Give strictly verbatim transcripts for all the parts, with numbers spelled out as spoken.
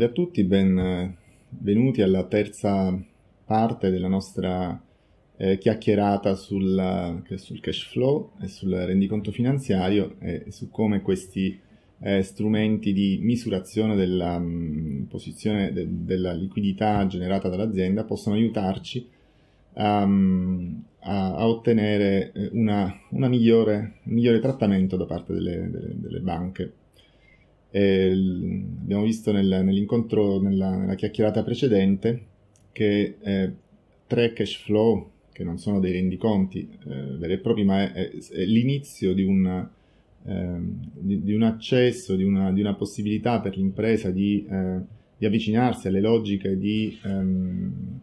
Salve a tutti, benvenuti alla terza parte della nostra eh, chiacchierata sul, sul cash flow e sul rendiconto finanziario e su come questi eh, strumenti di misurazione della mh, posizione de, della liquidità generata dall'azienda possono aiutarci a, a, a ottenere una, una migliore, un migliore trattamento da parte delle, delle, delle banche. E abbiamo visto nel, nell'incontro, nella, nella chiacchierata precedente, che eh, tre cash flow, che non sono dei rendiconti eh, veri e propri, ma è, è l'inizio di un, eh, di, di un accesso, di una, di una possibilità per l'impresa di, eh, di avvicinarsi alle logiche di, ehm,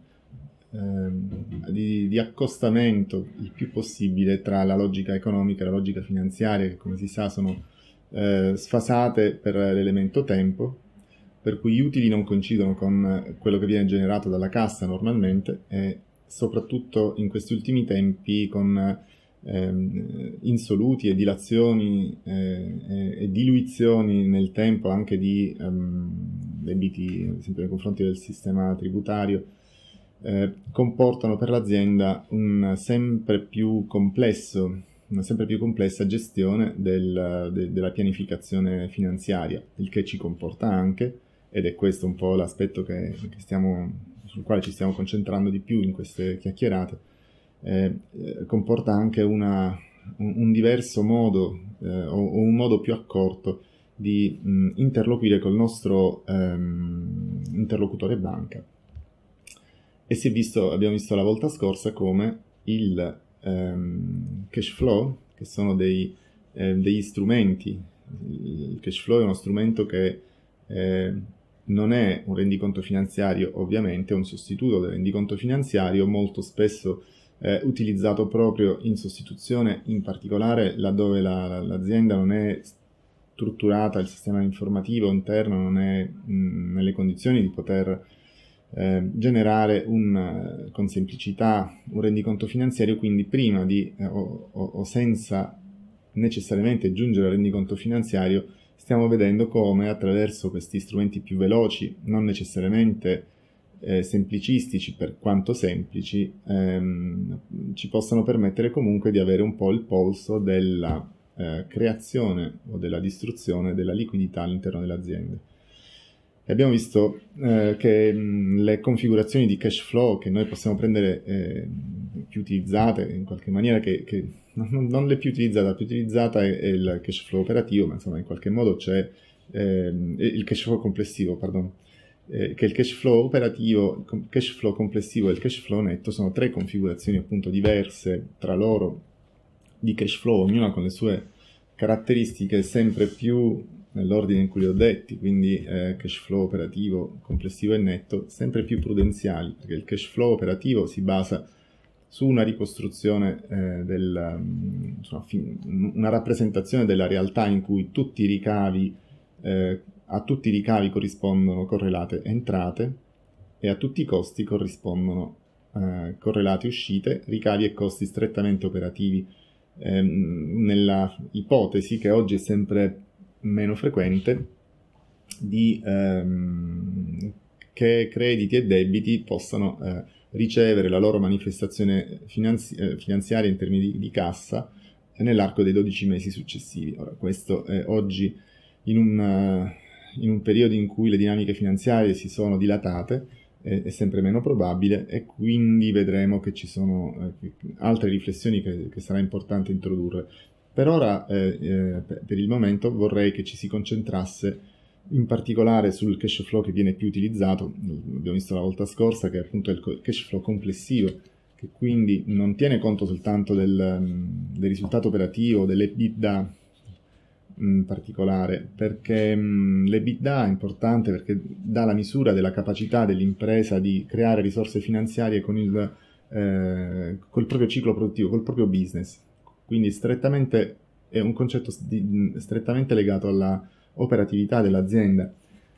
ehm, di, di accostamento il più possibile tra la logica economica e la logica finanziaria, che come si sa sono Eh, sfasate per l'elemento tempo, per cui gli utili non coincidono con quello che viene generato dalla cassa normalmente, e soprattutto in questi ultimi tempi con ehm, insoluti e dilazioni eh, e, e diluizioni nel tempo anche di ehm, debiti, ad esempio nei confronti del sistema tributario, eh, comportano per l'azienda un sempre più complesso una sempre più complessa gestione del, de, della pianificazione finanziaria, il che ci comporta anche, ed è questo un po' l'aspetto che, che stiamo, sul quale ci stiamo concentrando di più in queste chiacchierate, eh, eh, comporta anche una, un, un diverso modo eh, o, o un modo più accorto di mh, interloquire col nostro ehm, interlocutore banca. E si è visto, abbiamo visto la volta scorsa come il Um, cash flow, che sono dei, eh, degli strumenti. Il cash flow è uno strumento che eh, non è un rendiconto finanziario, ovviamente è un sostituto del rendiconto finanziario, molto spesso eh, utilizzato proprio in sostituzione, in particolare laddove la, la, l'azienda non è strutturata, il sistema informativo interno non è mh, nelle condizioni di poter Eh, generare un, con semplicità un rendiconto finanziario. Quindi prima di eh, o, o senza necessariamente giungere al rendiconto finanziario stiamo vedendo come attraverso questi strumenti più veloci, non necessariamente eh, semplicistici per quanto semplici, ehm, ci possano permettere comunque di avere un po' il polso della eh, creazione o della distruzione della liquidità all'interno dell'azienda. Abbiamo visto eh, che mh, le configurazioni di cash flow che noi possiamo prendere eh, più utilizzate in qualche maniera, che, che non, non le più utilizzate, la più utilizzata è, è il cash flow operativo, ma insomma in qualche modo c'è eh, il cash flow complessivo, pardon, eh, che il cash flow operativo, il cash flow complessivo e il cash flow netto sono tre configurazioni appunto diverse tra loro di cash flow, ognuna con le sue caratteristiche sempre più nell'ordine in cui li ho detti, quindi eh, cash flow operativo, complessivo e netto, sempre più prudenziali, perché il cash flow operativo si basa su una ricostruzione eh, del, um, insomma, una rappresentazione della realtà in cui tutti i ricavi, eh, a tutti i ricavi corrispondono correlate entrate e a tutti i costi corrispondono eh, correlate uscite, ricavi e costi strettamente operativi, ehm, nella ipotesi che oggi è sempre meno frequente di ehm, che crediti e debiti possano eh, ricevere la loro manifestazione finanzi- eh, finanziaria in termini di, di cassa nell'arco dei dodici mesi successivi. Ora, questo è oggi in un, uh, in un periodo in cui le dinamiche finanziarie si sono dilatate, è, è sempre meno probabile, e quindi vedremo che ci sono eh, altre riflessioni che, che sarà importante introdurre. Per ora, eh, eh, per il momento, vorrei che ci si concentrasse in particolare sul cash flow che viene più utilizzato. Abbiamo visto la volta scorsa che è appunto il cash flow complessivo, che quindi non tiene conto soltanto del, del risultato operativo, dell'EBITDA in particolare, perché mh, l'EBITDA è importante perché dà la misura della capacità dell'impresa di creare risorse finanziarie con il, eh, col proprio ciclo produttivo, col proprio business. Quindi strettamente è un concetto di, strettamente legato alla operatività dell'azienda.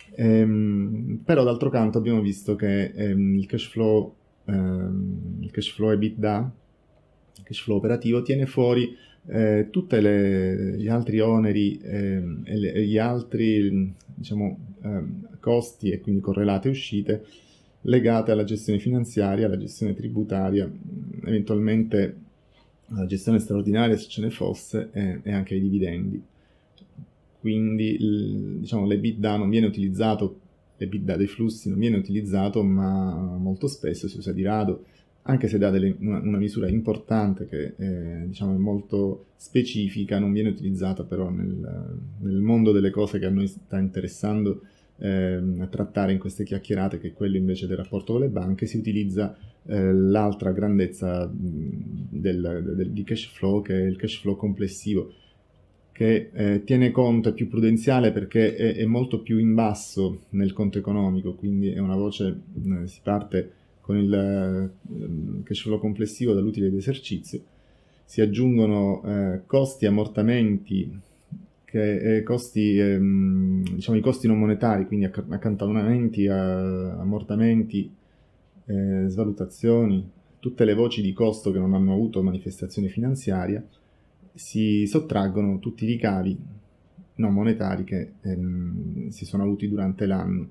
Ehm, però d'altro canto abbiamo visto che ehm, il cash flow ehm, il cash flow EBITDA, il cash flow operativo, tiene fuori eh, tutti gli altri oneri ehm, e, le, e gli altri diciamo ehm, costi e quindi correlate uscite legate alla gestione finanziaria, alla gestione tributaria, eventualmente alla gestione straordinaria se ce ne fosse e, e anche ai dividendi. Quindi il, diciamo, l'EBITDA non viene utilizzato, l'EBITDA dei flussi non viene utilizzato, ma molto spesso si usa di rado, anche se dà delle, una, una misura importante che eh, diciamo, è molto specifica, non viene utilizzata però nel, nel mondo delle cose che a noi sta interessando eh, a trattare in queste chiacchierate, che è quello invece del rapporto con le banche. Si utilizza eh, l'altra grandezza del, del, di cash flow, che è il cash flow complessivo, che eh, tiene conto, è più prudenziale perché è, è molto più in basso nel conto economico, quindi è una voce, eh, si parte con il eh, cash flow complessivo dall'utile d'esercizio, si aggiungono eh, costi, ammortamenti, che, eh, costi, ehm, diciamo i costi non monetari, quindi acc- accantonamenti, eh, ammortamenti, eh, svalutazioni, tutte le voci di costo che non hanno avuto manifestazione finanziaria. Si sottraggono tutti i ricavi non monetari che ehm, si sono avuti durante l'anno.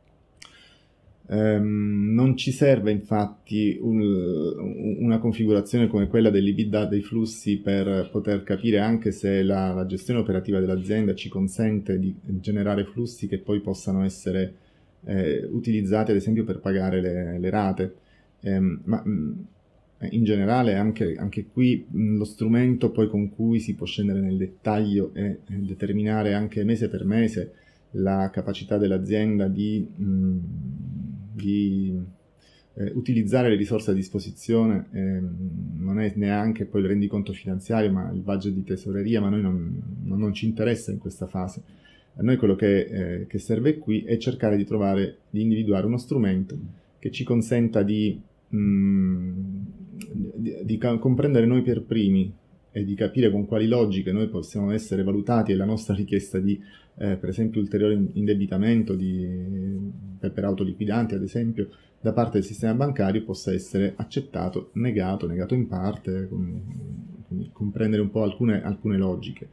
Ehm, non ci serve infatti un, una configurazione come quella dell'EBITDA dei flussi per poter capire anche se la, la gestione operativa dell'azienda ci consente di generare flussi che poi possano essere eh, utilizzati ad esempio per pagare le, le rate. Ehm, ma mh, in generale anche, anche qui mh, lo strumento poi con cui si può scendere nel dettaglio e, e determinare anche mese per mese la capacità dell'azienda di, mh, di eh, utilizzare le risorse a disposizione, eh, non è neanche poi il rendiconto finanziario ma il budget di tesoreria, ma a noi non, non, non ci interessa in questa fase. A noi quello che, eh, che serve qui è cercare di trovare, di individuare uno strumento che ci consenta di Di, di comprendere noi per primi e di capire con quali logiche noi possiamo essere valutati e la nostra richiesta di eh, per esempio ulteriore indebitamento di, per autoliquidanti ad esempio da parte del sistema bancario possa essere accettato, negato, negato in parte, quindi comprendere un po' alcune, alcune logiche.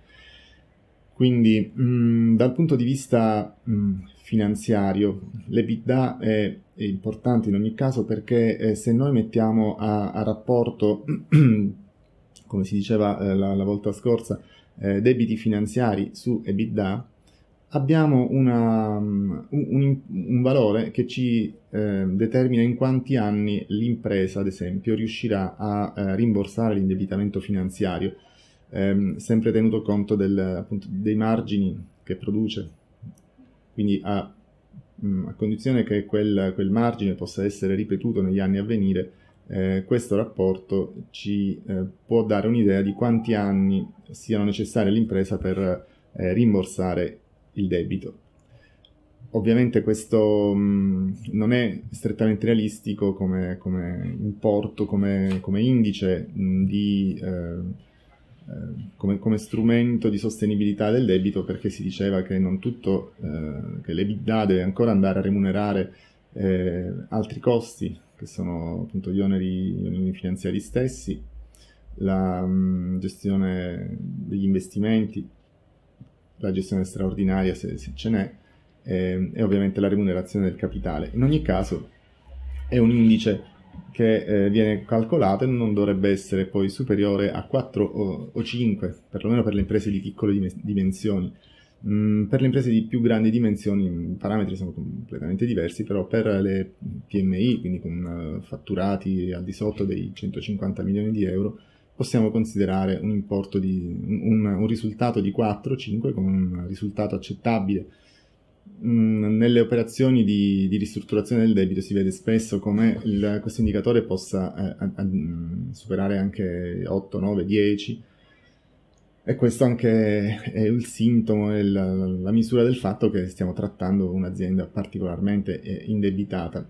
Quindi mh, dal punto di vista mh, finanziario l'EBITDA è, è importante in ogni caso perché eh, se noi mettiamo a, a rapporto, come si diceva eh, la, la volta scorsa, eh, debiti finanziari su EBITDA, abbiamo una, un, un, un valore che ci eh, determina in quanti anni l'impresa, ad esempio, riuscirà a eh, rimborsare l'indebitamento finanziario. Ehm, sempre tenuto conto del, appunto, dei margini che produce, quindi a, mh, a condizione che quel, quel margine possa essere ripetuto negli anni a venire, eh, questo rapporto ci eh, può dare un'idea di quanti anni siano necessari all'impresa per eh, rimborsare il debito. Ovviamente questo mh, non è strettamente realistico come, come importo, come, come indice mh, di... Eh, Come, come strumento di sostenibilità del debito, perché si diceva che non tutto, eh, che l'EBITDA deve ancora andare a remunerare eh, altri costi, che sono appunto gli oneri, gli oneri finanziari stessi, la mh, gestione degli investimenti, la gestione straordinaria se, se ce n'è, eh, e ovviamente la remunerazione del capitale. In ogni caso è un indice che eh, viene calcolato e non dovrebbe essere poi superiore a quattro o, o cinque, perlomeno per le imprese di piccole dimensioni. Mm, per le imprese di più grandi dimensioni i parametri sono completamente diversi, però per le P M I, quindi con uh, fatturati al di sotto dei centocinquanta milioni di euro, possiamo considerare un importo di un, un risultato di quattro cinque come un risultato accettabile. Nelle operazioni di, di ristrutturazione del debito si vede spesso come il, questo indicatore possa eh, a, a, superare anche otto, nove, dieci, e questo anche è il sintomo, è la, la misura del fatto che stiamo trattando un'azienda particolarmente eh, indebitata.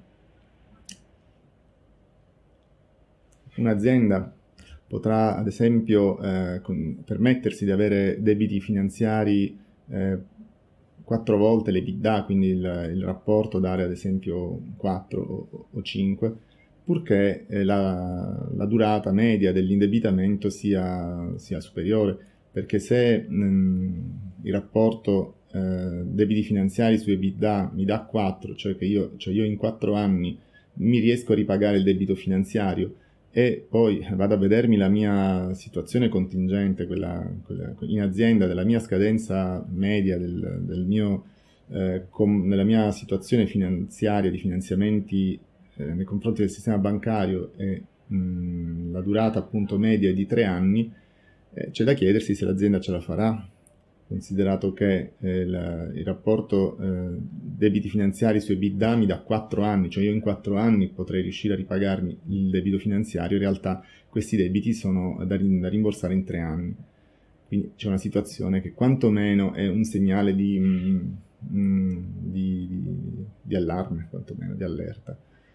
Un'azienda potrà ad esempio eh, con, permettersi di avere debiti finanziari eh, quattro volte l'EBITDA, quindi il, il rapporto dare ad esempio quattro o, o cinque, purché eh, la, la durata media dell'indebitamento sia, sia superiore, perché se mh, il rapporto eh, debiti finanziari su EBITDA mi dà quattro, cioè che io, cioè io in quattro anni mi riesco a ripagare il debito finanziario, e poi vado a vedermi la mia situazione contingente, quella, quella in azienda, della mia scadenza media, del, del mio, eh, com, nella mia situazione finanziaria di finanziamenti eh, nei confronti del sistema bancario, e mh, la durata appunto media è di tre anni, eh, c'è da chiedersi se l'azienda ce la farà, considerato che eh, la, il rapporto eh, debiti finanziari su EBITDA mi dà quattro anni, cioè io in quattro anni potrei riuscire a ripagarmi il debito finanziario, in realtà questi debiti sono da, da rimborsare in tre anni. Quindi c'è una situazione che quantomeno è un segnale di, mm, di, di, di allarme, quantomeno di allerta.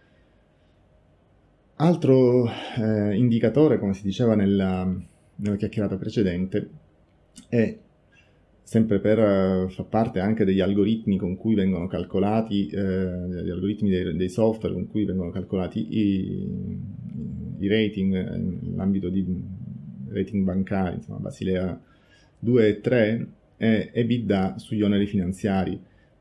Altro eh, indicatore, come si diceva nella, nella chiacchierata precedente, è sempre per uh, far parte anche degli algoritmi con cui vengono calcolati, eh, gli algoritmi dei, dei software con cui vengono calcolati i, i rating nell'ambito di rating bancari, insomma Basilea due e tre, è EBITDA sugli oneri finanziari,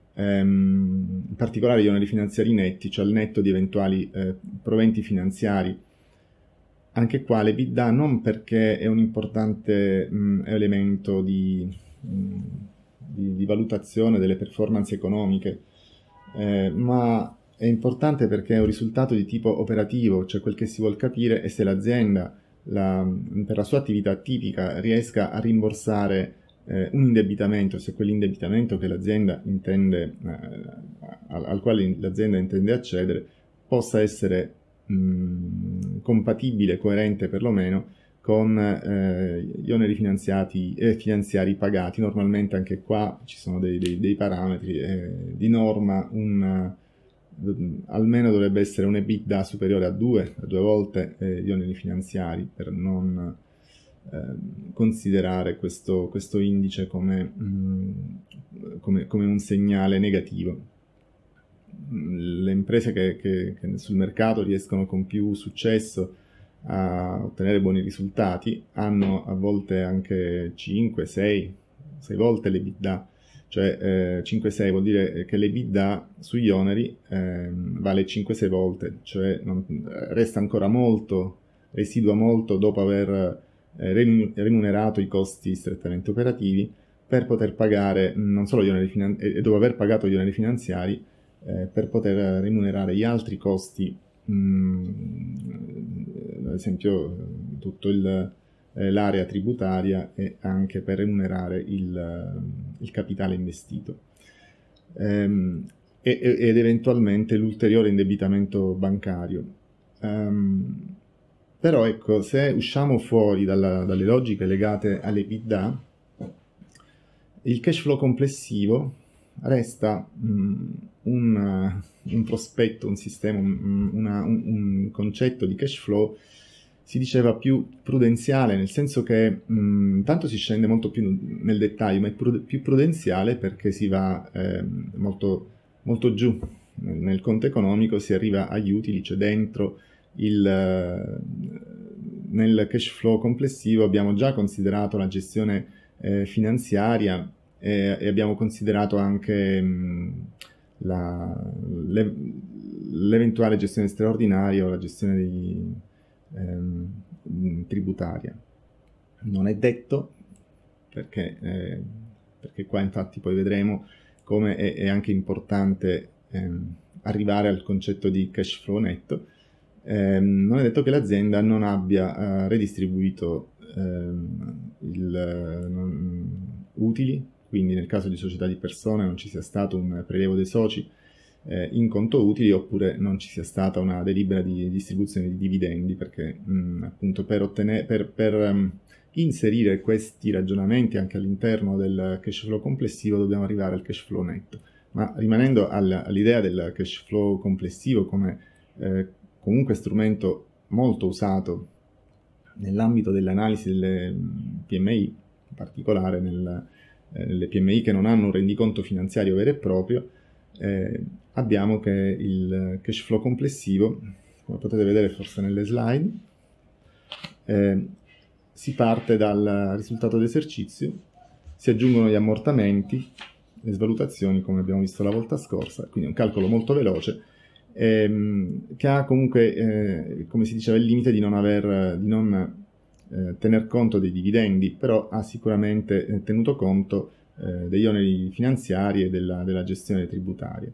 ehm, in particolare gli oneri finanziari netti, cioè al netto di eventuali eh, proventi finanziari. Anche qua l'EBITDA non perché è un importante mh, elemento di Di, di valutazione delle performance economiche, eh, ma è importante perché è un risultato di tipo operativo, cioè quel che si vuol capire è se l'azienda la, per la sua attività tipica riesca a rimborsare eh, un indebitamento, se quell'indebitamento che l'azienda intende, eh, al, al quale l'azienda intende accedere, possa essere mh, compatibile, coerente perlomeno con eh, gli oneri finanziati e eh, finanziari pagati. Normalmente anche qua ci sono dei, dei, dei parametri, eh, di norma un, uh, almeno dovrebbe essere un EBITDA superiore a due, a due volte eh, gli oneri finanziari, per non eh, considerare questo, questo indice come, mh, come, come un segnale negativo. Le imprese che, che, che sul mercato riescono con più successo a ottenere buoni risultati hanno a volte anche cinque, sei, sei volte l'EBITDA, cioè eh, cinque sei vuol dire che l'EBITDA sugli oneri eh, vale cinque sei volte, cioè non, resta ancora molto, residua molto dopo aver eh, remunerato i costi strettamente operativi per poter pagare non solo gli oneri finanziari, e dopo aver pagato gli oneri finanziari eh, per poter remunerare gli altri costi, ad esempio tutto il, eh, l'area tributaria, e anche per remunerare il, il capitale investito, ehm, e, ed eventualmente l'ulteriore indebitamento bancario. Um, però ecco, se usciamo fuori dalla, dalle logiche legate all'EBITDA, il cash flow complessivo resta mh, un, un prospetto, un sistema, un, una, un, un concetto di cash flow, si diceva più prudenziale, nel senso che mh, tanto si scende molto più nel dettaglio, ma è pru- più prudenziale perché si va eh, molto, molto giù nel, nel conto economico, si arriva agli utili, cioè dentro il, nel cash flow complessivo abbiamo già considerato la gestione eh, finanziaria, e, e abbiamo considerato anche mh, la, le, l'eventuale gestione straordinaria o la gestione di, ehm, tributaria. Non è detto, perché, eh, perché qua infatti poi vedremo come è, è anche importante ehm, arrivare al concetto di cash flow netto. Eh, non è detto che l'azienda non abbia eh, redistribuito ehm, il, non, utili, quindi nel caso di società di persone non ci sia stato un prelievo dei soci eh, in conto utili, oppure non ci sia stata una delibera di distribuzione di dividendi, perché mh, appunto per, ottenere, per, per um, inserire questi ragionamenti anche all'interno del cash flow complessivo dobbiamo arrivare al cash flow netto. Ma rimanendo al, all'idea del cash flow complessivo come eh, comunque strumento molto usato nell'ambito dell'analisi delle P M I, in particolare nel, eh, nelle P M I che non hanno un rendiconto finanziario vero e proprio, eh, abbiamo che il cash flow complessivo, come potete vedere forse nelle slide, eh, si parte dal risultato d'esercizio, si aggiungono gli ammortamenti le svalutazioni, come abbiamo visto la volta scorsa, quindi un calcolo molto veloce, ehm, che ha comunque, eh, come si diceva, il limite di non aver, di non eh, tener conto dei dividendi, però ha sicuramente eh, tenuto conto eh, degli oneri finanziari e della, della gestione tributaria.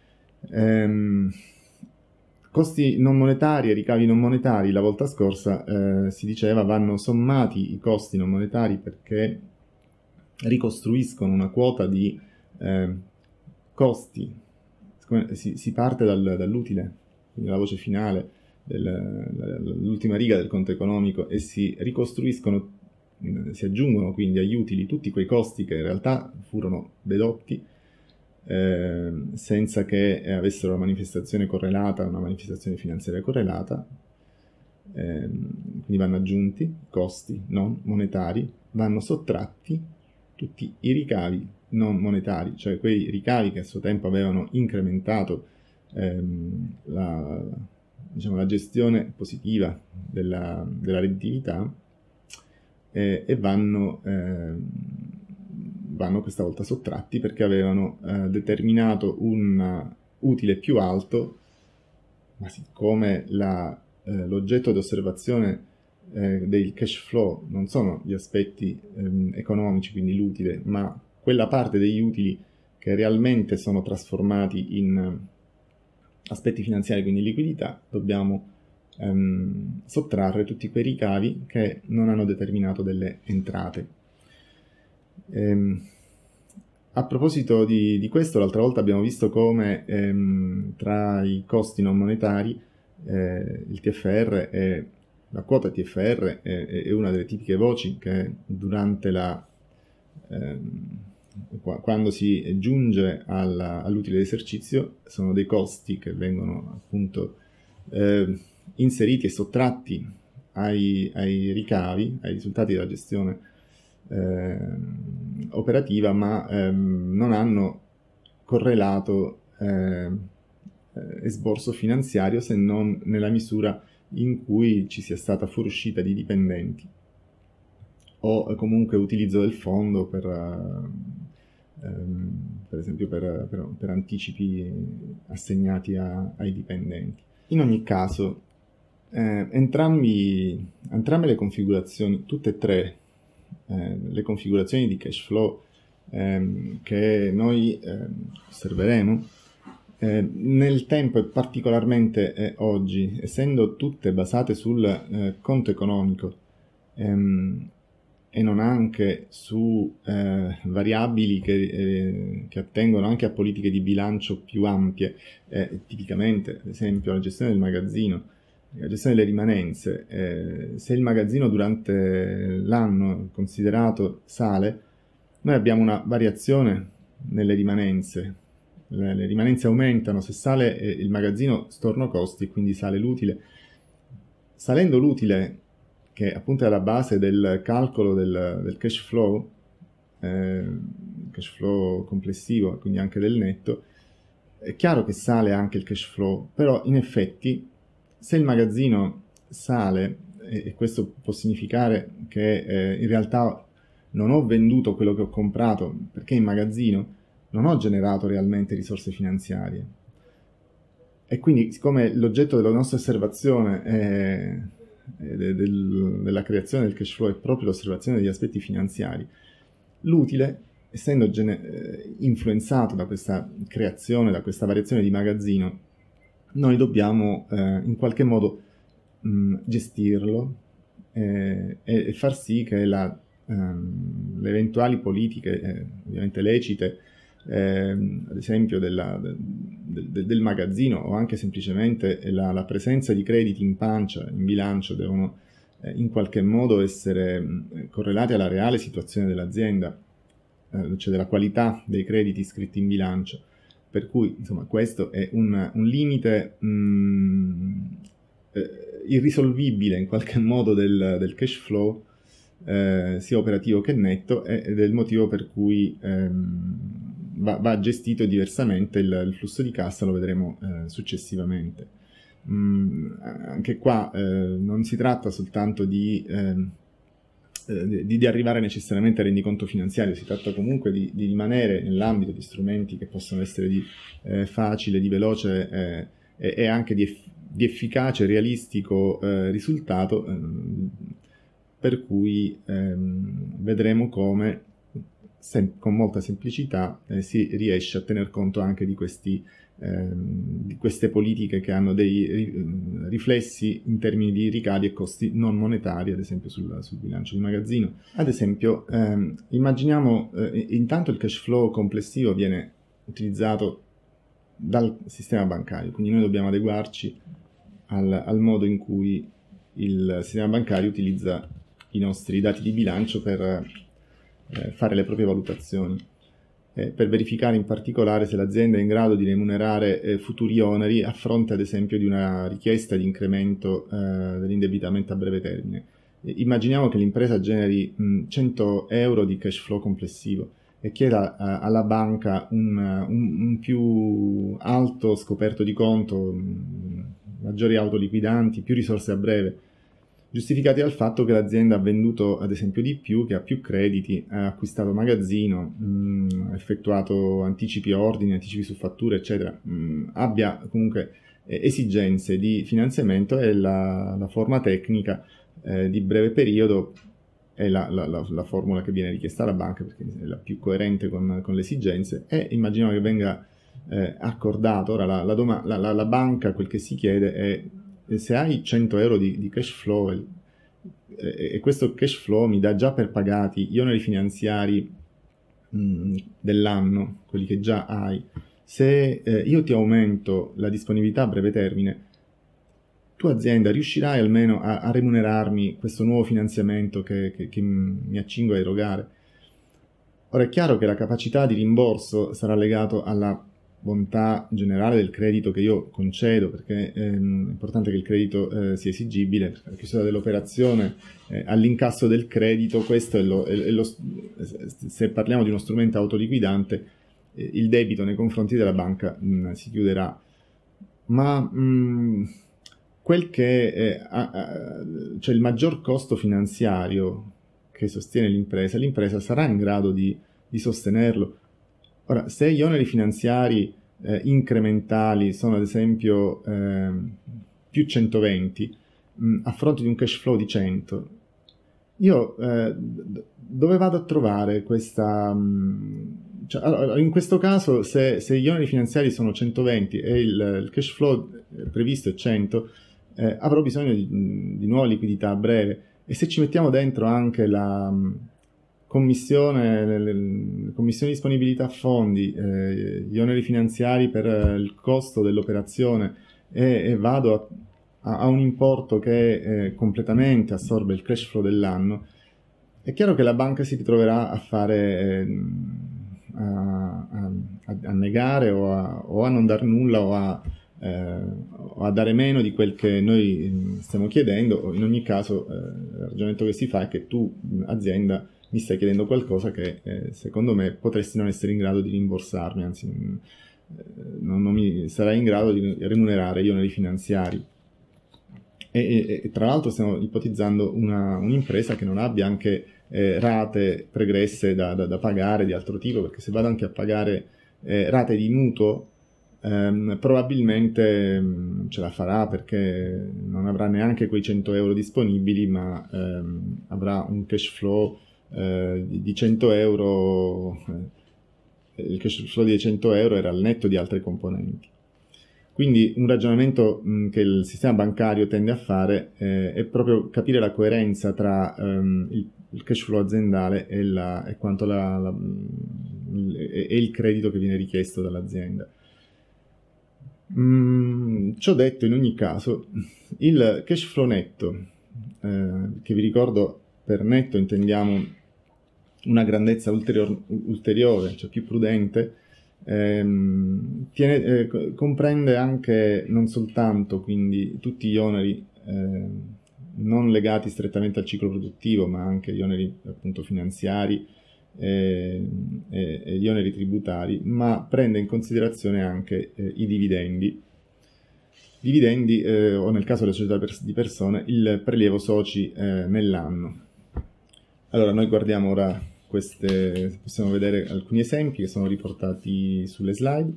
Ehm, Costi non monetari e ricavi non monetari, la volta scorsa eh, si diceva vanno sommati i costi non monetari perché ricostruiscono una quota di eh, costi. Si, si parte dal, dall'utile, quindi la voce finale, del, l'ultima riga del conto economico, e si ricostruiscono, si aggiungono quindi agli utili tutti quei costi che in realtà furono dedotti Eh, senza che avessero una manifestazione correlata, una manifestazione finanziaria correlata, eh, quindi vanno aggiunti costi non monetari, vanno sottratti tutti i ricavi non monetari, cioè quei ricavi che a suo tempo avevano incrementato ehm, la, diciamo, la gestione positiva della, della redditività, eh, e vanno ehm, vanno questa volta sottratti perché avevano eh, determinato un utile più alto, ma siccome la, eh, l'oggetto di osservazione eh, del cash flow non sono gli aspetti ehm, economici, quindi l'utile, ma quella parte degli utili che realmente sono trasformati in aspetti finanziari, quindi liquidità, dobbiamo ehm, sottrarre tutti quei ricavi che non hanno determinato delle entrate. Ehm, a proposito di, di questo, l'altra volta abbiamo visto come ehm, tra i costi non monetari eh, il T F R e la quota T F R è, è una delle tipiche voci che durante la ehm, quando si giunge alla, all'utile d'esercizio sono dei costi che vengono appunto eh, inseriti e sottratti ai, ai ricavi, ai risultati della gestione Eh, operativa, ma ehm, non hanno correlato eh, esborso finanziario, se non nella misura in cui ci sia stata fuoriuscita di dipendenti o comunque utilizzo del fondo per, ehm, per esempio per, per, per anticipi assegnati a, ai dipendenti. In ogni caso, eh, entrambi, entrambe le configurazioni, tutte e tre Eh, le configurazioni di cash flow ehm, che noi ehm, osserveremo eh, nel tempo e particolarmente eh, oggi, essendo tutte basate sul eh, conto economico ehm, e non anche su eh, variabili che, eh, che attengono anche a politiche di bilancio più ampie, eh, tipicamente ad esempio la gestione del magazzino, la gestione delle rimanenze. Eh, se il magazzino durante l'anno considerato sale, noi abbiamo una variazione nelle rimanenze. Le, le rimanenze aumentano, se sale eh, il magazzino storno costi e quindi sale l'utile. Salendo l'utile, che appunto è alla base del calcolo del, del cash flow, eh, cash flow complessivo, quindi anche del netto, è chiaro che sale anche il cash flow, però in effetti se il magazzino sale, e questo può significare che eh, in realtà non ho venduto quello che ho comprato perché in magazzino non ho generato realmente risorse finanziarie, e quindi siccome l'oggetto della nostra osservazione è, è del, della creazione del cash flow è proprio l'osservazione degli aspetti finanziari, l'utile, essendo gene- influenzato da questa creazione, da questa variazione di magazzino, noi dobbiamo eh, in qualche modo mh, gestirlo eh, e far sì che la, ehm, le eventuali politiche, eh, ovviamente lecite, eh, ad esempio della, del, del, del magazzino, o anche semplicemente la, la presenza di crediti in pancia, in bilancio, devono eh, in qualche modo essere mh, correlati alla reale situazione dell'azienda, eh, cioè della qualità dei crediti iscritti in bilancio. Per cui, insomma, questo è un, un limite mh, eh, irrisolvibile in qualche modo del, del cash flow, eh, sia operativo che netto, ed è il motivo per cui ehm, va, va gestito diversamente il, il flusso di cassa, lo vedremo eh, successivamente. Mm, anche qua eh, non si tratta soltanto di eh, eh, di, di arrivare necessariamente al rendiconto finanziario. Si tratta comunque di, di rimanere nell'ambito di strumenti che possono essere di eh, facile, di veloce eh, e, e anche di, eff- di efficace, realistico eh, risultato, eh, per cui ehm, vedremo come sem- con molta semplicità eh, si riesce a tener conto anche di questi di queste politiche che hanno dei riflessi in termini di ricavi e costi non monetari, ad esempio sul, sul bilancio di magazzino. Ad esempio, ehm, immaginiamo, eh, intanto il cash flow complessivo viene utilizzato dal sistema bancario, quindi noi dobbiamo adeguarci al, al modo in cui il sistema bancario utilizza i nostri dati di bilancio per eh, fare le proprie valutazioni. Eh, per verificare in particolare se l'azienda è in grado di remunerare eh, futuri oneri a fronte ad esempio di una richiesta di incremento eh, dell'indebitamento a breve termine. Eh, immaginiamo che l'impresa generi mh, cento euro di cash flow complessivo e chieda eh, alla banca un, un, un più alto scoperto di conto, mh, maggiori autoliquidanti, più risorse a breve, giustificati dal fatto che l'azienda ha venduto ad esempio di più, che ha più crediti, ha acquistato magazzino, mh, effettuato anticipi ordini, anticipi su fatture, eccetera, mh, abbia comunque eh, esigenze di finanziamento e la, la forma tecnica eh, di breve periodo è la, la, la, la formula che viene richiesta alla banca perché è la più coerente con, con le esigenze e immaginiamo che venga eh, accordato. Ora la, la, doma- la, la, la banca quel che si chiede è se hai cento euro di, di cash flow e, e questo cash flow mi dà già per pagati gli oneri finanziari mh, dell'anno, quelli che già hai, se eh, io ti aumento la disponibilità a breve termine, tu azienda riuscirai almeno a, a remunerarmi questo nuovo finanziamento che, che, che mi accingo a erogare. Ora è chiaro che la capacità di rimborso sarà legato alla bontà generale del credito che io concedo, perché ehm, è importante che il credito eh, sia esigibile, perché alla chiusura dell'operazione, eh, all'incasso del credito, questo è lo, è, è lo, se parliamo di uno strumento autoliquidante, eh, il debito nei confronti della banca mh, si chiuderà. Ma mh, quel che è, a, a, cioè il maggior costo finanziario che sostiene l'impresa, l'impresa sarà in grado di, di sostenerlo. Ora, se gli oneri finanziari eh, incrementali sono ad esempio eh, più centoventi mh, a fronte di un cash flow di cento, io eh, dove vado a trovare questa... Mh, cioè, allora, in questo caso, se, se gli oneri finanziari sono centoventi e il, il cash flow previsto è cento, eh, avrò bisogno di, di nuova liquidità a breve. E se ci mettiamo dentro anche la... commissione, le, le, commissione di disponibilità fondi, eh, gli oneri finanziari per eh, il costo dell'operazione e, e vado a, a, a un importo che eh, completamente assorbe il cash flow dell'anno, è chiaro che la banca si ritroverà a fare eh, a, a, a negare o a, o a non dar nulla o a, eh, o a dare meno di quel che noi stiamo chiedendo. In ogni caso eh, il ragionamento che si fa è che tu, azienda, mi stai chiedendo qualcosa che eh, secondo me potresti non essere in grado di rimborsarmi, anzi eh, non, non mi sarai in grado di remunerare gli oneri finanziari. E, e, e tra l'altro stiamo ipotizzando una, un'impresa che non abbia anche eh, rate pregresse da, da, da pagare di altro tipo, perché se vado anche a pagare eh, rate di mutuo ehm, probabilmente mh, ce la farà, perché non avrà neanche quei cento euro disponibili, ma ehm, avrà un cash flow eh, di, di cento euro. Eh, il cash flow di cento euro era al netto di altre componenti. Quindi un ragionamento mh, che il sistema bancario tende a fare eh, è proprio capire la coerenza tra um, il, il cash flow aziendale e, la, e, quanto la, la, il, e il credito che viene richiesto dall'azienda. Mm, ciò detto, in ogni caso, il cash flow netto, eh, che vi ricordo per netto intendiamo una grandezza ulterior, ulteriore, cioè più prudente, Ehm, tiene, eh, comprende anche non soltanto quindi tutti gli oneri eh, non legati strettamente al ciclo produttivo, ma anche gli oneri appunto finanziari eh, e, e gli oneri tributari, ma prende in considerazione anche eh, i dividendi dividendi eh, o nel caso delle società di persone il prelievo soci eh, nell'anno. Allora, noi guardiamo ora queste, possiamo vedere alcuni esempi che sono riportati sulle slide.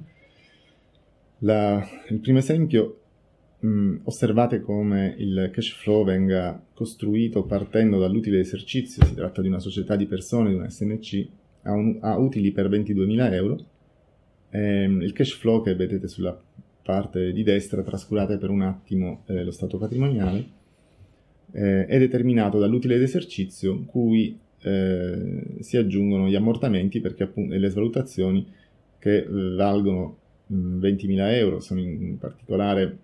La, il primo esempio, mh, osservate come il cash flow venga costruito partendo dall'utile esercizio. Si tratta di una società di persone, di una S N C, ha, un, ha utili per ventiduemila euro. Ehm, il cash flow che vedete sulla parte di destra, trascurate per un attimo eh, lo stato patrimoniale, eh, è determinato dall'utile d'esercizio cui eh, si aggiungono gli ammortamenti perché appunto, e le svalutazioni che eh, valgono mh, ventimila euro, sono in, in particolare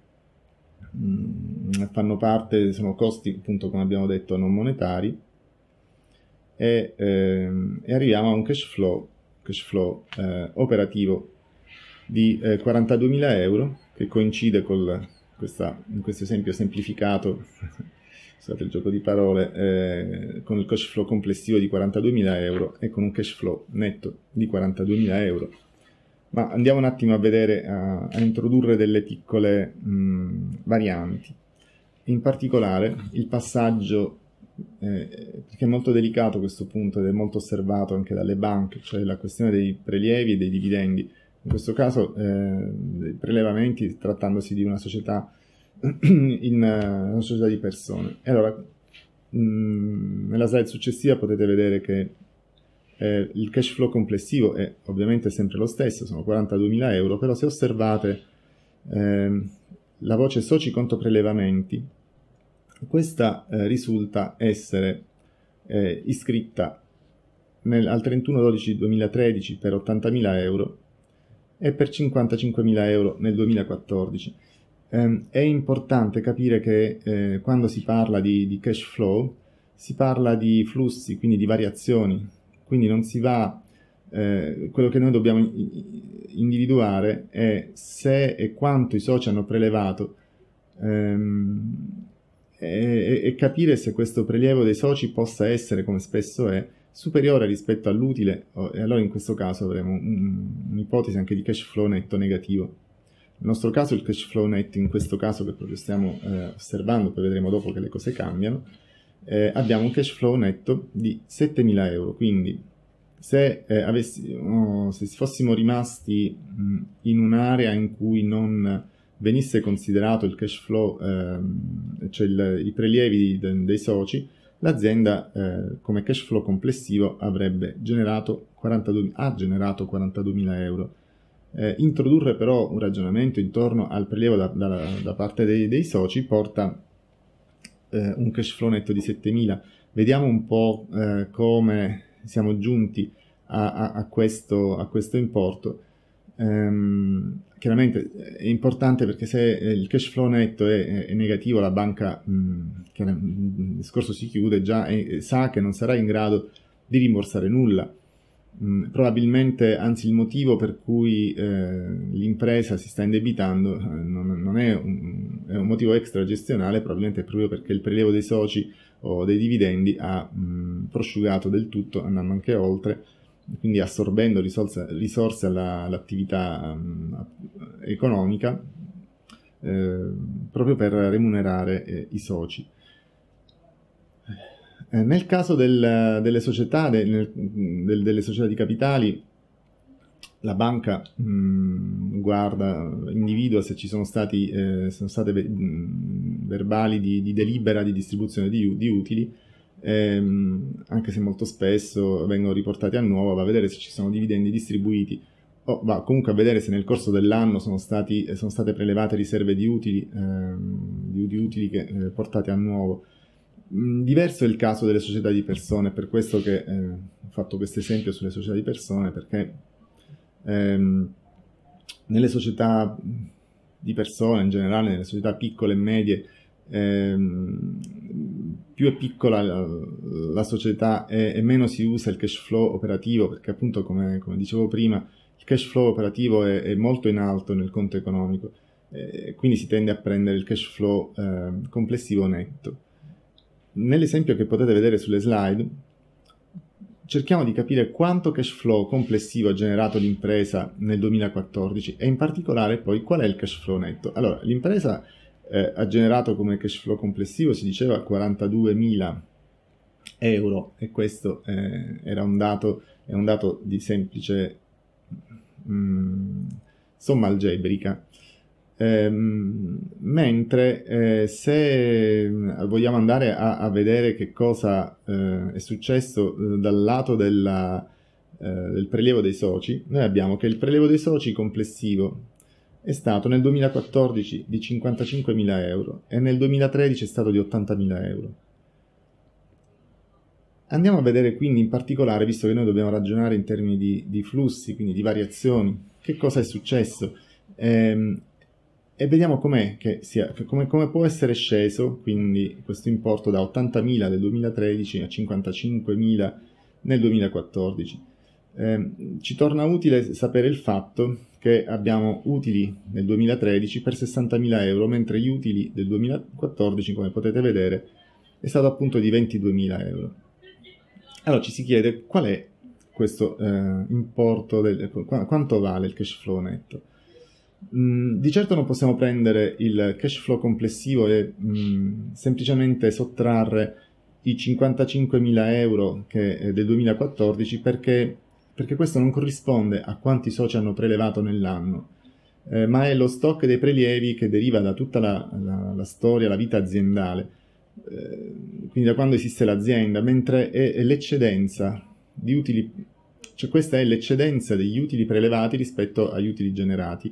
mh, fanno parte, sono costi appunto come abbiamo detto non monetari e, ehm, e arriviamo a un cash flow, cash flow eh, operativo di eh, quarantaduemila euro che coincide con questa, in questo esempio semplificato scusate il gioco di parole, eh, con il cash flow complessivo di quarantaduemila euro e con un cash flow netto di quarantaduemila euro. Ma andiamo un attimo a vedere, a, a introdurre delle piccole mh, varianti. In particolare il passaggio, eh, perché è molto delicato questo punto ed è molto osservato anche dalle banche, cioè la questione dei prelievi e dei dividendi. In questo caso eh, dei prelevamenti trattandosi di una società in uh, una società di persone. E allora mh, nella slide successiva potete vedere che eh, il cash flow complessivo è ovviamente sempre lo stesso, sono quarantaduemila euro, però se osservate eh, la voce soci conto prelevamenti, questa eh, risulta essere eh, iscritta nel, al trentuno dodici duemilatredici per ottantamila euro e per cinquantacinquemila euro nel duemilaquattordici. Eh, è importante capire che eh, quando si parla di, di cash flow si parla di flussi, quindi di variazioni, quindi non si va, eh, quello che noi dobbiamo individuare è se e quanto i soci hanno prelevato ehm, e, e capire se questo prelievo dei soci possa essere, come spesso è, superiore rispetto all'utile, e allora in questo caso avremo un, un'ipotesi anche di cash flow netto negativo. Nel nostro caso il cash flow netto, in questo caso che proprio stiamo eh, osservando, poi vedremo dopo che le cose cambiano, eh, abbiamo un cash flow netto di settemila euro, quindi se, eh, avessi, oh, se fossimo rimasti mh, in un'area in cui non venisse considerato il cash flow, ehm, cioè il, i prelievi de, dei soci, l'azienda eh, come cash flow complessivo avrebbe generato quarantadue, ha generato quarantaduemila euro. Eh, introdurre però un ragionamento intorno al prelievo da, da, da parte dei, dei soci porta eh, un cash flow netto di settemila. Vediamo un po' eh, come siamo giunti a, a, a, questo, a questo importo. Ehm, chiaramente è importante perché se il cash flow netto è, è negativo, la banca, mh, che il discorso si chiude già e sa che non sarà in grado di rimborsare nulla. Mh, probabilmente, anzi, il motivo per cui eh, l'impresa si sta indebitando eh, non, non è, un, è un motivo extragestionale, probabilmente è proprio perché il prelievo dei soci o dei dividendi ha mh, prosciugato del tutto, andando anche oltre, quindi assorbendo risorse, risorse alla, all'attività um, economica eh, proprio per remunerare eh, i soci. Eh, nel caso del, delle società, de, nel, del, delle società di capitali, la banca mh, guarda, individua se ci sono stati eh, sono state mh, verbali di, di delibera di distribuzione di, di utili. Ehm, anche se molto spesso vengono riportati a nuovo, va a vedere se ci sono dividendi distribuiti o va comunque a vedere se nel corso dell'anno sono, stati, sono state prelevate riserve di utili, ehm, di, di utili che, eh, portate a nuovo. Mh, diverso è il caso delle società di persone, per questo che eh, ho fatto questo esempio sulle società di persone, perché ehm, nelle società di persone in generale, nelle società piccole e medie, ehm, più è piccola la, la società e, e meno si usa il cash flow operativo, perché appunto come, come dicevo prima il cash flow operativo è, è molto in alto nel conto economico, eh, quindi si tende a prendere il cash flow eh, complessivo netto. Nell'esempio che potete vedere sulle slide cerchiamo di capire quanto cash flow complessivo ha generato l'impresa nel duemilaquattordici e in particolare poi qual è il cash flow netto. Allora, l'impresa Eh, ha generato come cash flow complessivo, si diceva, quarantaduemila euro, e questo eh, era un dato, è un dato di semplice mh, somma algebrica. Ehm, mentre eh, se vogliamo andare a, a vedere che cosa eh, è successo eh, dal lato della, eh, del prelievo dei soci, noi abbiamo che il prelievo dei soci complessivo è stato nel duemilaquattordici di cinquantacinquemila euro e nel duemilatredici è stato di ottantamila euro. Andiamo a vedere quindi in particolare, visto che noi dobbiamo ragionare in termini di, di flussi, quindi di variazioni, che cosa è successo. Ehm, E vediamo com'è che sia, come, come può essere sceso quindi questo importo da ottantamila del duemilatredici a cinquantacinquemila nel duemilaquattordici. Eh, ci torna utile sapere il fatto che abbiamo utili nel duemilatredici per sessantamila euro, mentre gli utili del duemilaquattordici, come potete vedere, è stato appunto di ventiduemila euro. Allora ci si chiede qual è questo eh, importo, del, qu- quanto vale il cash flow netto. Mm, di certo non possiamo prendere il cash flow complessivo e mm, semplicemente sottrarre i cinquantacinquemila euro che, eh, del duemilaquattordici perché, perché questo non corrisponde a quanti soci hanno prelevato nell'anno, eh, ma è lo stock dei prelievi che deriva da tutta la, la, la storia, la vita aziendale, eh, quindi da quando esiste l'azienda, mentre è, è l'eccedenza di utili, cioè questa è l'eccedenza degli utili prelevati rispetto agli utili generati.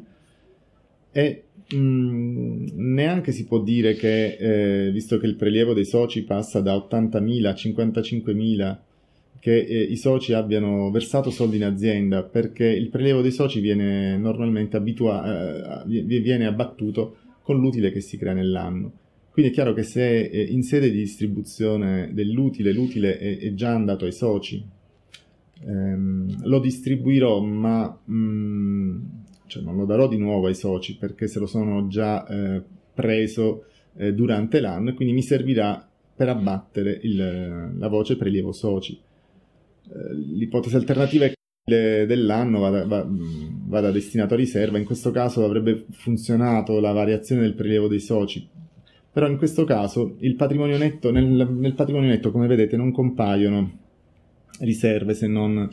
E mh, neanche si può dire che, eh, visto che il prelievo dei soci passa da ottantamila a cinquantacinquemila, che eh, i soci abbiano versato soldi in azienda, perché il prelievo dei soci viene normalmente abitua- eh, viene abbattuto con l'utile che si crea nell'anno. Quindi è chiaro che se eh, in sede di distribuzione dell'utile l'utile è, è già andato ai soci, ehm, lo distribuirò, ma mh, cioè non lo darò di nuovo ai soci perché se lo sono già eh, preso eh, durante l'anno, e quindi mi servirà per abbattere il, la voce prelievo soci. Eh, l'ipotesi alternativa è che dell'anno vada, va, vada destinato a riserva. In questo caso avrebbe funzionato la variazione del prelievo dei soci, però in questo caso il patrimonio netto, nel, nel patrimonio netto, come vedete, non compaiono riserve se non,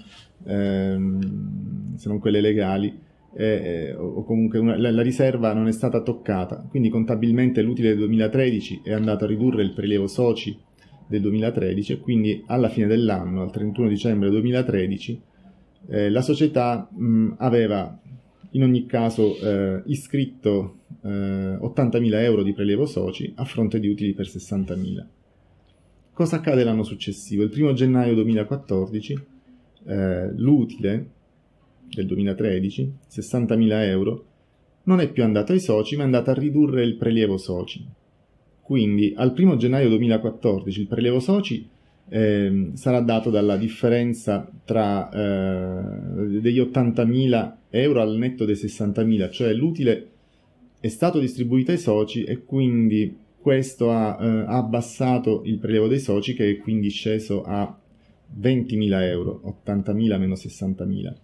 ehm, se non quelle legali, eh, o comunque una, la, la riserva non è stata toccata, quindi contabilmente l'utile del duemilatredici è andato a ridurre il prelievo soci del duemilatredici, e quindi alla fine dell'anno, al trentuno dicembre duemilatredici, eh, la società mh, aveva in ogni caso eh, iscritto eh, ottantamila euro di prelievo soci a fronte di utili per sessantamila. Cosa accade l'anno successivo? Il primo gennaio duemilaquattordici eh, l'utile del duemilatredici, sessantamila euro, non è più andato ai soci, ma è andato a ridurre il prelievo soci. Quindi al primo gennaio duemilaquattordici il prelievo soci eh, sarà dato dalla differenza tra eh, degli ottantamila euro al netto dei sessantamila, cioè l'utile è stato distribuito ai soci e quindi questo ha, eh, ha abbassato il prelievo dei soci, che è quindi sceso a ventimila euro, ottantamila meno sessantamila.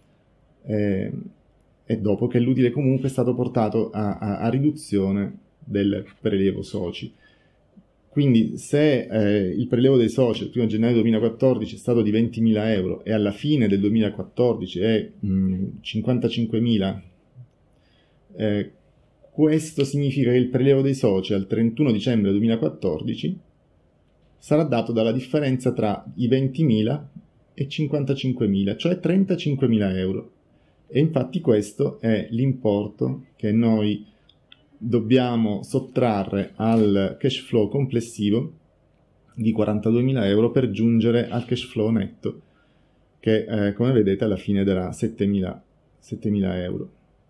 Eh, e dopo che l'utile comunque è stato portato a, a, a riduzione del prelievo soci. Quindi se eh, il prelievo dei soci il primo gennaio duemilaquattordici è stato di ventimila euro e alla fine del duemilaquattordici è mh, cinquantacinquemila, eh, questo significa che il prelievo dei soci al trentuno dicembre duemilaquattordici sarà dato dalla differenza tra i ventimila e cinquantacinquemila, cioè trentacinquemila euro. E infatti questo è l'importo che noi dobbiamo sottrarre al cash flow complessivo di quarantaduemila euro per giungere al cash flow netto, che eh, come vedete alla fine darà settemila euro.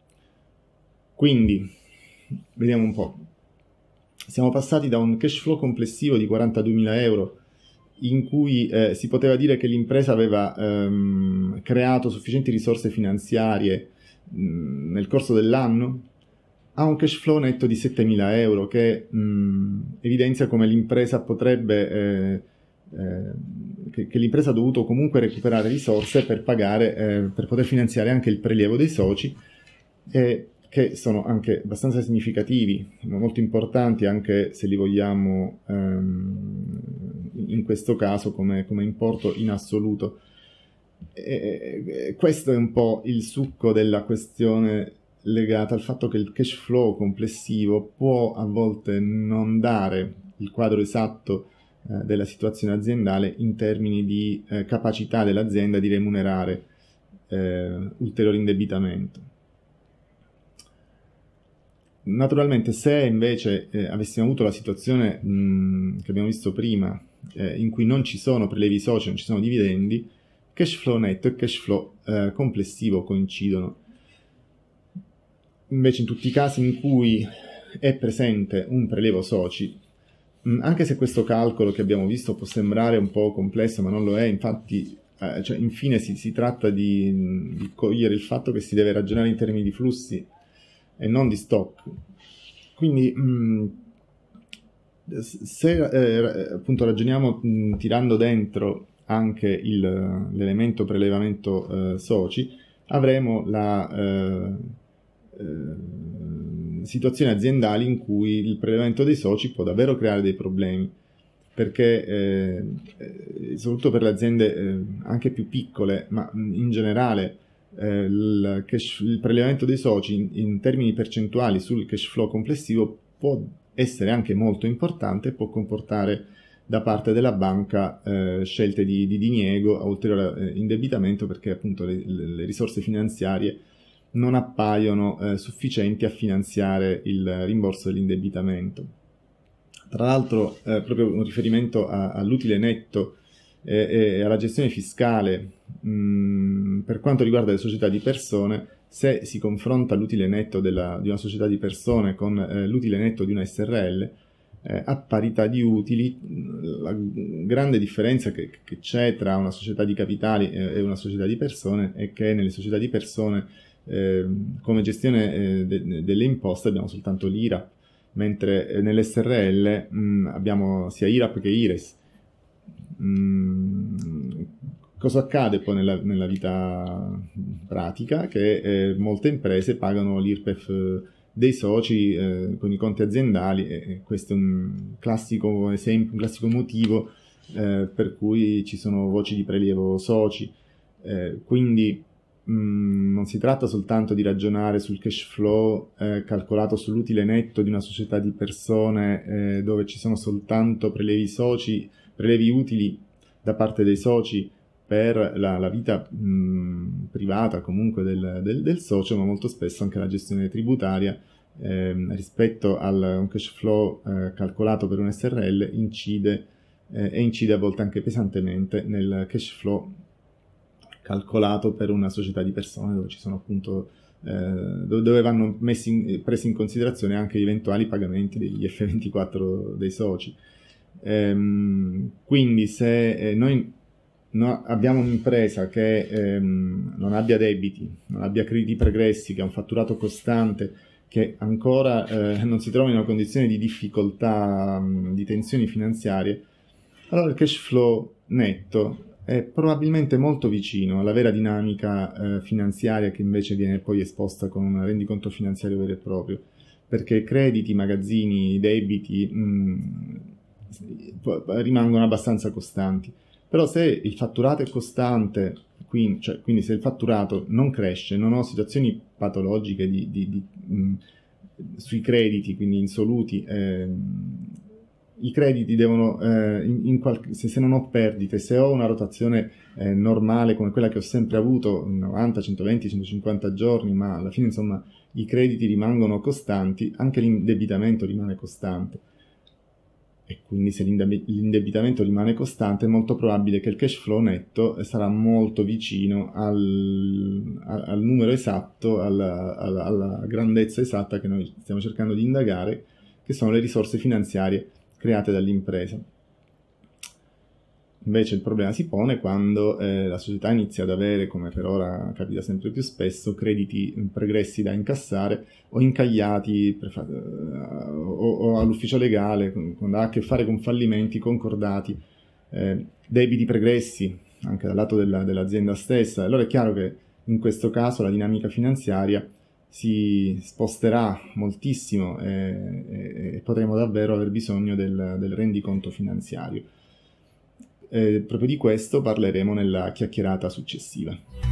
Quindi vediamo un po', siamo passati da un cash flow complessivo di quarantaduemila euro in cui eh, si poteva dire che l'impresa aveva ehm, creato sufficienti risorse finanziarie mh, nel corso dell'anno, a un cash flow netto di settemila euro, che mh, evidenzia come l'impresa potrebbe eh, eh, che, che l'impresa ha dovuto comunque recuperare risorse per pagare eh, per poter finanziare anche il prelievo dei soci, e che sono anche abbastanza significativi, molto importanti, anche se li vogliamo ehm, in, in questo caso come, come importo in assoluto. E, e questo è un po' il succo della questione legata al fatto che il cash flow complessivo può a volte non dare il quadro esatto eh, della situazione aziendale in termini di eh, capacità dell'azienda di remunerare eh, ulteriore indebitamento. Naturalmente, se invece eh, avessimo avuto la situazione mh, che abbiamo visto prima, eh, in cui non ci sono prelevi soci, non ci sono dividendi, cash flow netto e cash flow eh, complessivo coincidono. Invece in tutti i casi in cui è presente un prelevo soci, mh, anche se questo calcolo che abbiamo visto può sembrare un po' complesso, ma non lo è, infatti, eh, cioè, infine si, si tratta di, di cogliere il fatto che si deve ragionare in termini di flussi e non di stock. Quindi mh, se eh, appunto ragioniamo mh, tirando dentro anche il, l'elemento prelevamento eh, soci, avremo la eh, eh, situazioni aziendali in cui il prelevamento dei soci può davvero creare dei problemi, perché eh, eh, soprattutto per le aziende eh, anche più piccole, ma in generale eh, il, cash, il prelevamento dei soci in, in termini percentuali sul cash flow complessivo può essere anche molto importante e può comportare da parte della banca eh, scelte di, di diniego a ulteriore eh, indebitamento, perché appunto le, le risorse finanziarie non appaiono eh, sufficienti a finanziare il rimborso dell'indebitamento. Tra l'altro, eh, proprio un riferimento a, all'utile netto e, e alla gestione fiscale mh, per quanto riguarda le società di persone, se si confronta l'utile netto della, di una società di persone con eh, l'utile netto di una S R L, eh, a parità di utili, la grande differenza che, che c'è tra una società di capitali e, e una società di persone è che nelle società di persone eh, come gestione eh, de, delle imposte abbiamo soltanto l'I R A P, mentre nell'S R L mh, abbiamo sia I R A P che I R E S. Mh, cosa accade poi nella, nella vita pratica? Che eh, molte imprese pagano l'I R P E F dei soci eh, con i conti aziendali, e, e questo è un classico esempio, un classico motivo eh, per cui ci sono voci di prelievo soci. Eh, quindi mh, non si tratta soltanto di ragionare sul cash flow eh, calcolato sull'utile netto di una società di persone eh, dove ci sono soltanto prelevi soci, prelevi utili da parte dei soci per la, la vita mh, privata comunque del, del, del socio, ma molto spesso anche la gestione tributaria eh, rispetto a un cash flow eh, calcolato per un S R L incide eh, e incide a volte anche pesantemente nel cash flow calcolato per una società di persone, dove ci sono appunto eh, dove vanno messi in, presi in considerazione anche gli eventuali pagamenti degli F ventiquattro dei soci. Ehm, quindi se eh, noi no, abbiamo un'impresa che ehm, non abbia debiti, non abbia crediti pregressi, che ha un fatturato costante, che ancora eh, non si trova in una condizione di difficoltà, mh, di tensioni finanziarie, allora il cash flow netto è probabilmente molto vicino alla vera dinamica eh, finanziaria, che invece viene poi esposta con un rendiconto finanziario vero e proprio, perché crediti, magazzini, debiti mh, rimangono abbastanza costanti. Però se il fatturato è costante, quindi, cioè, quindi se il fatturato non cresce, non ho situazioni patologiche di, di, di, mh, sui crediti, quindi insoluti, eh, i crediti devono, eh, in, in qualche, se, se non ho perdite, se ho una rotazione eh, normale come quella che ho sempre avuto, novanta, centoventi, centocinquanta giorni, ma alla fine insomma i crediti rimangono costanti, anche l'indebitamento rimane costante. E quindi se l'indebitamento rimane costante è molto probabile che il cash flow netto sarà molto vicino al, al numero esatto, alla, alla, alla grandezza esatta che noi stiamo cercando di indagare, che sono le risorse finanziarie create dall'impresa. Invece il problema si pone quando eh, la società inizia ad avere, come per ora capita sempre più spesso, crediti pregressi da incassare o incagliati prefa- o, o all'ufficio legale, quando ha a che fare con fallimenti concordati, eh, debiti pregressi anche dal lato della, dell'azienda stessa. Allora è chiaro che in questo caso la dinamica finanziaria si sposterà moltissimo e, e, e potremo davvero aver bisogno del, del rendiconto finanziario. eh, proprio di questo parleremo nella chiacchierata successiva.